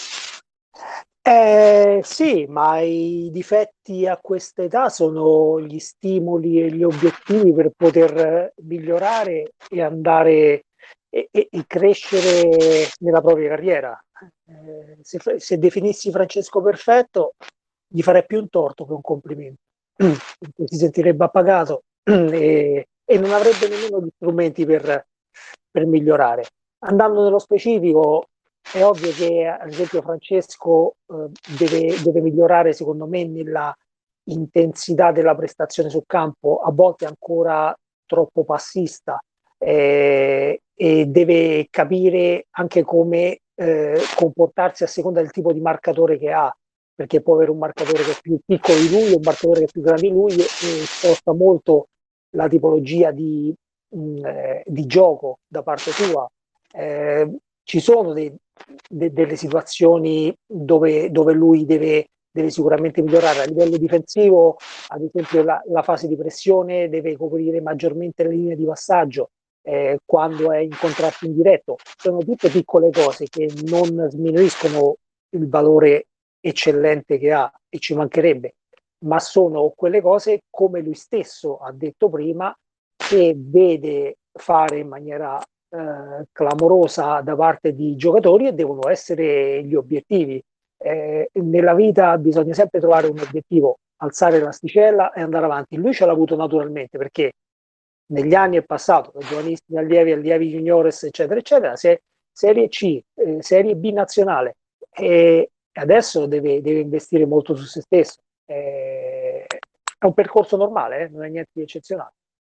Eh, sì, ma i difetti a questa età sono gli stimoli e gli obiettivi per poter migliorare e andare e, e- e crescere nella propria carriera. Eh, se, se definissi Francesco perfetto, gli farei più un torto che un complimento, perché si sentirebbe appagato e, e non avrebbe nemmeno gli strumenti per, per migliorare. Andando nello specifico, è ovvio che ad esempio Francesco eh, deve, deve migliorare secondo me nella intensità della prestazione sul campo, a volte ancora troppo passista, eh, e deve capire anche come eh, comportarsi a seconda del tipo di marcatore che ha, perché può avere un marcatore che è più piccolo di lui, un marcatore che è più grande di lui, e, e sposta molto la tipologia di, mh, eh, di gioco da parte sua. Eh, ci sono dei, de, delle situazioni dove, dove lui deve, deve sicuramente migliorare a livello difensivo, ad esempio la, la fase di pressione, deve coprire maggiormente le linee di passaggio eh, quando è in contrasto indiretto. Sono tutte piccole cose che non sminuiscono il valore eccellente che ha, e ci mancherebbe, ma sono quelle cose, come lui stesso ha detto prima, che vede fare in maniera eh, clamorosa da parte di giocatori, e devono essere gli obiettivi. Eh, nella vita bisogna sempre trovare un obiettivo, alzare l'asticella e andare avanti. Lui ce l'ha avuto naturalmente, perché negli anni è passato da giovanissimi allievi, allievi juniores, eccetera, eccetera, se, Serie C, eh, Serie B nazionale, e adesso deve, deve investire molto su se stesso. Eh, è un percorso normale, eh? Non è niente di eccezionale.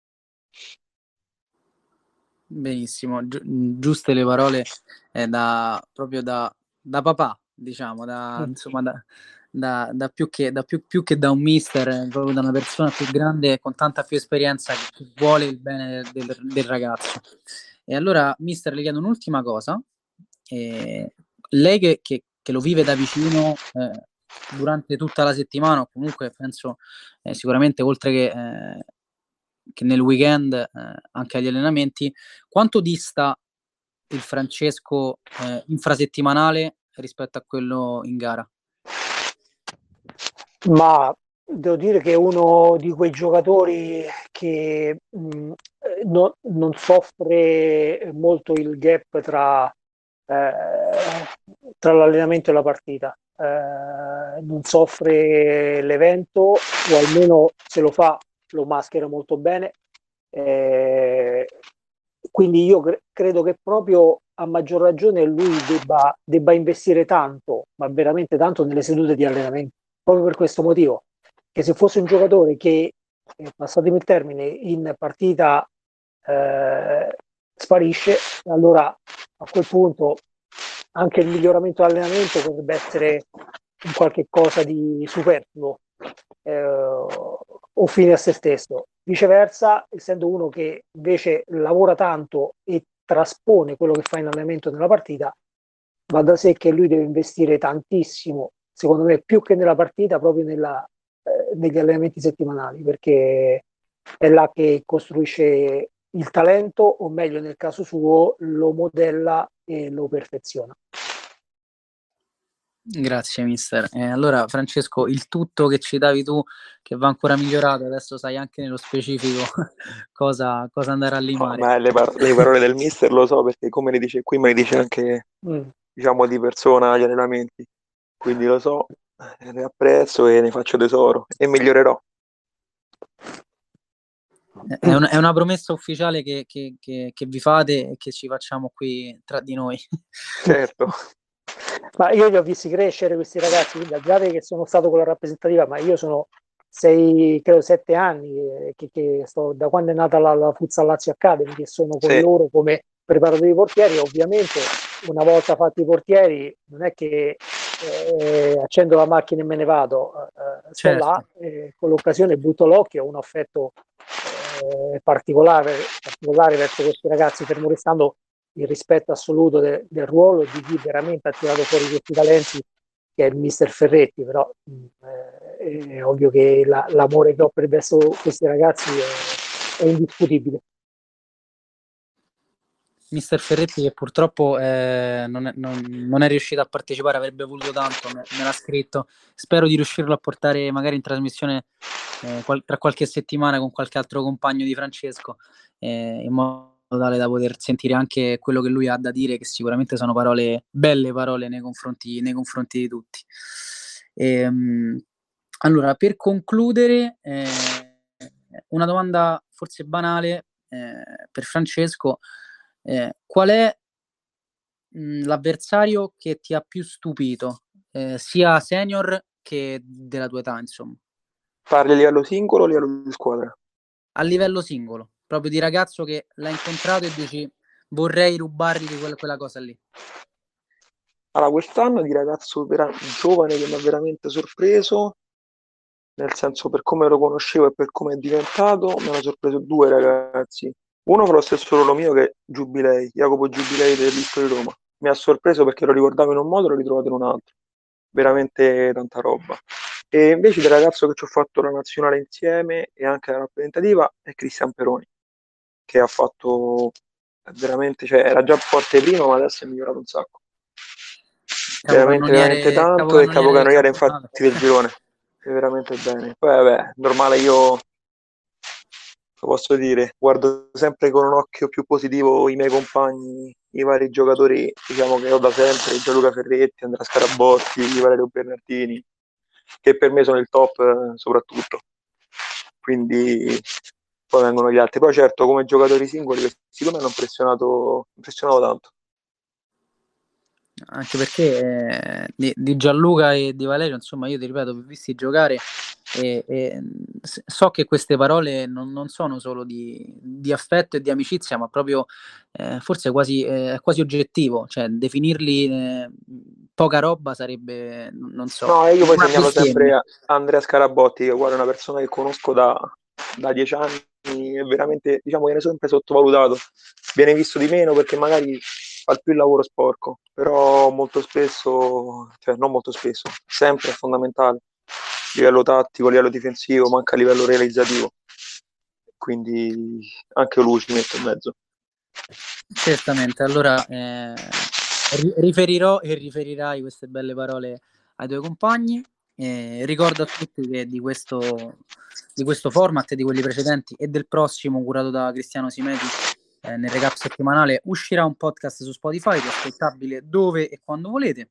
Benissimo, Gi- giuste le parole eh, da, proprio da, da papà, diciamo, da, Mm. insomma, da, da, da più che, da più, più che da un mister, eh, proprio da una persona più grande con tanta più esperienza che vuole il bene del, del ragazzo. E allora, mister, le chiedo un'ultima cosa. Eh, lei che, che, che lo vive da vicino eh, durante tutta la settimana, o comunque penso eh, sicuramente oltre che, eh, che nel weekend, eh, anche agli allenamenti, quanto dista il Francesco eh, infrasettimanale rispetto a quello in gara? Ma devo dire che è uno di quei giocatori che mh, no, non soffre molto il gap tra, eh, tra l'allenamento e la partita. Eh, non soffre l'evento, o almeno se lo fa lo maschera molto bene. Eh, quindi io cre- credo che proprio a maggior ragione lui debba, debba investire tanto, ma veramente tanto, nelle sedute di allenamento, proprio per questo motivo, che se fosse un giocatore che, eh, passatemi il termine, in partita eh, sparisce, allora a quel punto anche il miglioramento dell'allenamento potrebbe essere un qualche cosa di superfluo, eh, o fine a se stesso. Viceversa, essendo uno che invece lavora tanto e traspone quello che fa in allenamento nella partita, va da sé che lui deve investire tantissimo, secondo me più che nella partita, proprio nella, eh, negli allenamenti settimanali, perché è là che costruisce il talento, o meglio nel caso suo lo modella e lo perfeziona. Grazie mister. Eh, allora Francesco, il tutto che ci davi tu, che va ancora migliorato, adesso sai anche nello specifico cosa, cosa andare a No, limare. ma le, par- le parole del mister lo so, perché come le dice qui, me le dice anche, Mm. diciamo, di persona agli allenamenti. Quindi lo so, eh, le apprezzo e ne faccio tesoro e migliorerò. È una, è una promessa ufficiale che, che, che, che vi fate e che ci facciamo qui tra di noi. Certo. Ma io li ho visti crescere questi ragazzi, quindi al di là che sono stato con la rappresentativa, ma io sono sei, credo, sette anni eh, che, che sto, da quando è nata la, la Futsal Lazio Academy, che sono con Sì. loro come preparatori portieri. Ovviamente una volta fatti i portieri non è che eh, accendo la macchina e me ne vado, eh, sto Certo. là, eh, con l'occasione butto l'occhio, ho un affetto eh, particolare, particolare verso questi ragazzi, fermo restando il rispetto assoluto de, del ruolo di chi veramente ha tirato fuori questi talenti, che è il mister Ferretti. Però eh, è ovvio che la, l'amore che ho per verso questi ragazzi è, è indiscutibile. Mister Ferretti, che purtroppo eh, non, è, non, non è riuscito a partecipare, avrebbe voluto tanto, me, me l'ha scritto. Spero di riuscirlo a portare magari in trasmissione eh, qual- tra qualche settimana con qualche altro compagno di Francesco, eh, in modo tale da poter sentire anche quello che lui ha da dire, che sicuramente sono parole, belle parole nei confronti, nei confronti di tutti. Ehm, allora, per concludere, eh, una domanda forse banale eh, per Francesco. Eh, qual è mh, l'avversario che ti ha più stupito, eh, sia senior che della tua età, insomma? Parli a livello singolo o a livello di squadra? A livello singolo, proprio di ragazzo che l'hai incontrato e dici vorrei rubargli quella, quella cosa lì. Allora, quest'anno di ragazzo vera- giovane che mi ha veramente sorpreso, nel senso per come lo conoscevo e per come è diventato, mi hanno sorpreso due ragazzi. Uno fa lo stesso ruolo mio che è Giubilei, Jacopo Giubilei dell'Isto di Roma. Mi ha sorpreso perché lo ricordavo in un modo e l'ho ritrovato in un altro. Veramente tanta roba. E invece del ragazzo che ci ho fatto la nazionale insieme e anche la rappresentativa è Cristian Peroni, che ha fatto veramente, cioè era già forte prima, ma adesso è migliorato un sacco. Veramente, veramente Capocannoniere, tanto, e capocannoniere del capocannoniere campionato. infatti del girone. È veramente bene. Poi vabbè, normale, io lo posso dire, guardo sempre con un occhio più positivo i miei compagni, i vari giocatori, diciamo, che ho da sempre, Gianluca Ferretti, Andrea Scarabotti, Valerio Bernardini, che per me sono il top eh, soprattutto. Quindi poi vengono gli altri. Poi certo, come giocatori singoli, questi due mi hanno impressionato, impressionato tanto. Anche perché eh, di, di Gianluca e di Valerio, insomma, io ti ripeto, vi ho visti giocare e, e s- so che queste parole non, non sono solo di, di affetto e di amicizia, ma proprio eh, forse quasi, eh, quasi oggettivo, cioè definirli eh, poca roba sarebbe, non so, No, e io poi una segnalo sempre bestemmia. a Andrea Scarabotti, che guarda, è una persona che conosco da, da dieci anni, è veramente, diciamo, viene sempre sottovalutato, viene visto di meno perché magari fa più il lavoro sporco, però molto spesso, cioè non molto spesso, sempre è fondamentale, a livello tattico, a livello difensivo, ma anche a livello realizzativo, quindi anche lui ci mette in mezzo. Certamente, allora eh, ri- riferirò e riferirai queste belle parole ai tuoi compagni. Eh, ricordo a tutti che di questo, di questo format e di quelli precedenti e del prossimo curato da Cristiano Simeti eh, nel recap settimanale uscirà un podcast su Spotify, che è ascoltabile dove e quando volete.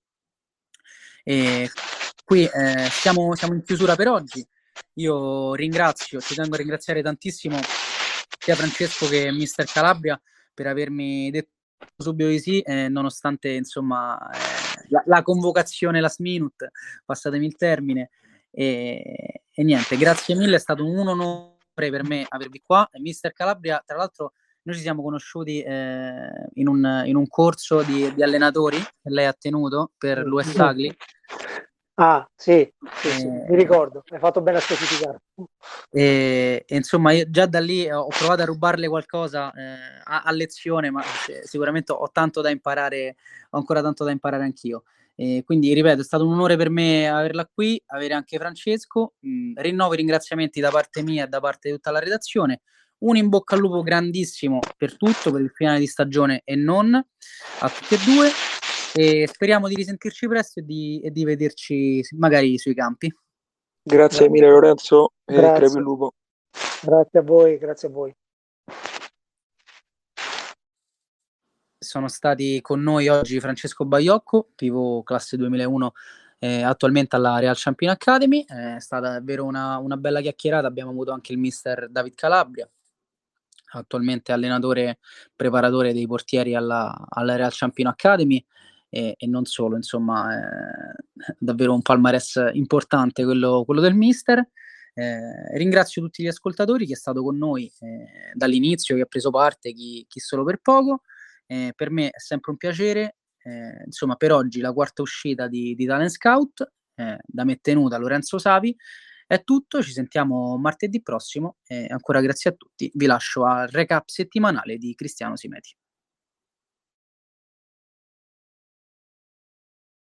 E qui eh, siamo, siamo in chiusura per oggi. Io ringrazio, ci tengo a ringraziare tantissimo sia Francesco che mister Calabria per avermi detto subito di sì, eh, nonostante insomma eh, la, la convocazione last minute, passatemi il termine. E, e niente, grazie mille, è stato un onore per me avervi qua. E mister Calabria, tra l'altro, noi ci siamo conosciuti eh, in, un, in un corso di, di allenatori che lei ha tenuto per l'U S Agli. Ah, sì, sì, sì, Eh, mi ricordo, hai fatto bene a specificare. E, e insomma, io già da lì ho provato a rubarle qualcosa eh, a, a lezione, ma se, sicuramente ho tanto da imparare, ho ancora tanto da imparare anch'io. E quindi, ripeto, è stato un onore per me averla qui, avere anche Francesco. Mm, rinnovo i ringraziamenti da parte mia e da parte di tutta la redazione. Un in bocca al lupo grandissimo per tutto, per il finale di stagione e non, a tutti e due. E speriamo di risentirci presto e di, e di vederci magari sui campi. Grazie mille Lorenzo e crepi Grazie. il lupo. Grazie a voi, grazie a voi. Sono stati con noi oggi Francesco Baiocco, pivot classe duemilauno, eh, attualmente alla Real Champion Academy. È stata davvero una, una bella chiacchierata. Abbiamo avuto anche il mister David Calabria, attualmente allenatore preparatore dei portieri alla, alla Real Champion Academy, e, e non solo, insomma, è davvero un palmarès importante quello, quello del mister. Eh, ringrazio tutti gli ascoltatori, chi è stato con noi eh, dall'inizio, chi ha preso parte, chi, chi solo per poco. Eh, per me è sempre un piacere. Eh, insomma, per oggi la quarta uscita di, di Talent Scout, eh, da me tenuta Lorenzo Savi. È tutto, ci sentiamo martedì prossimo e ancora grazie a tutti. Vi lascio al recap settimanale di Cristiano Simeti.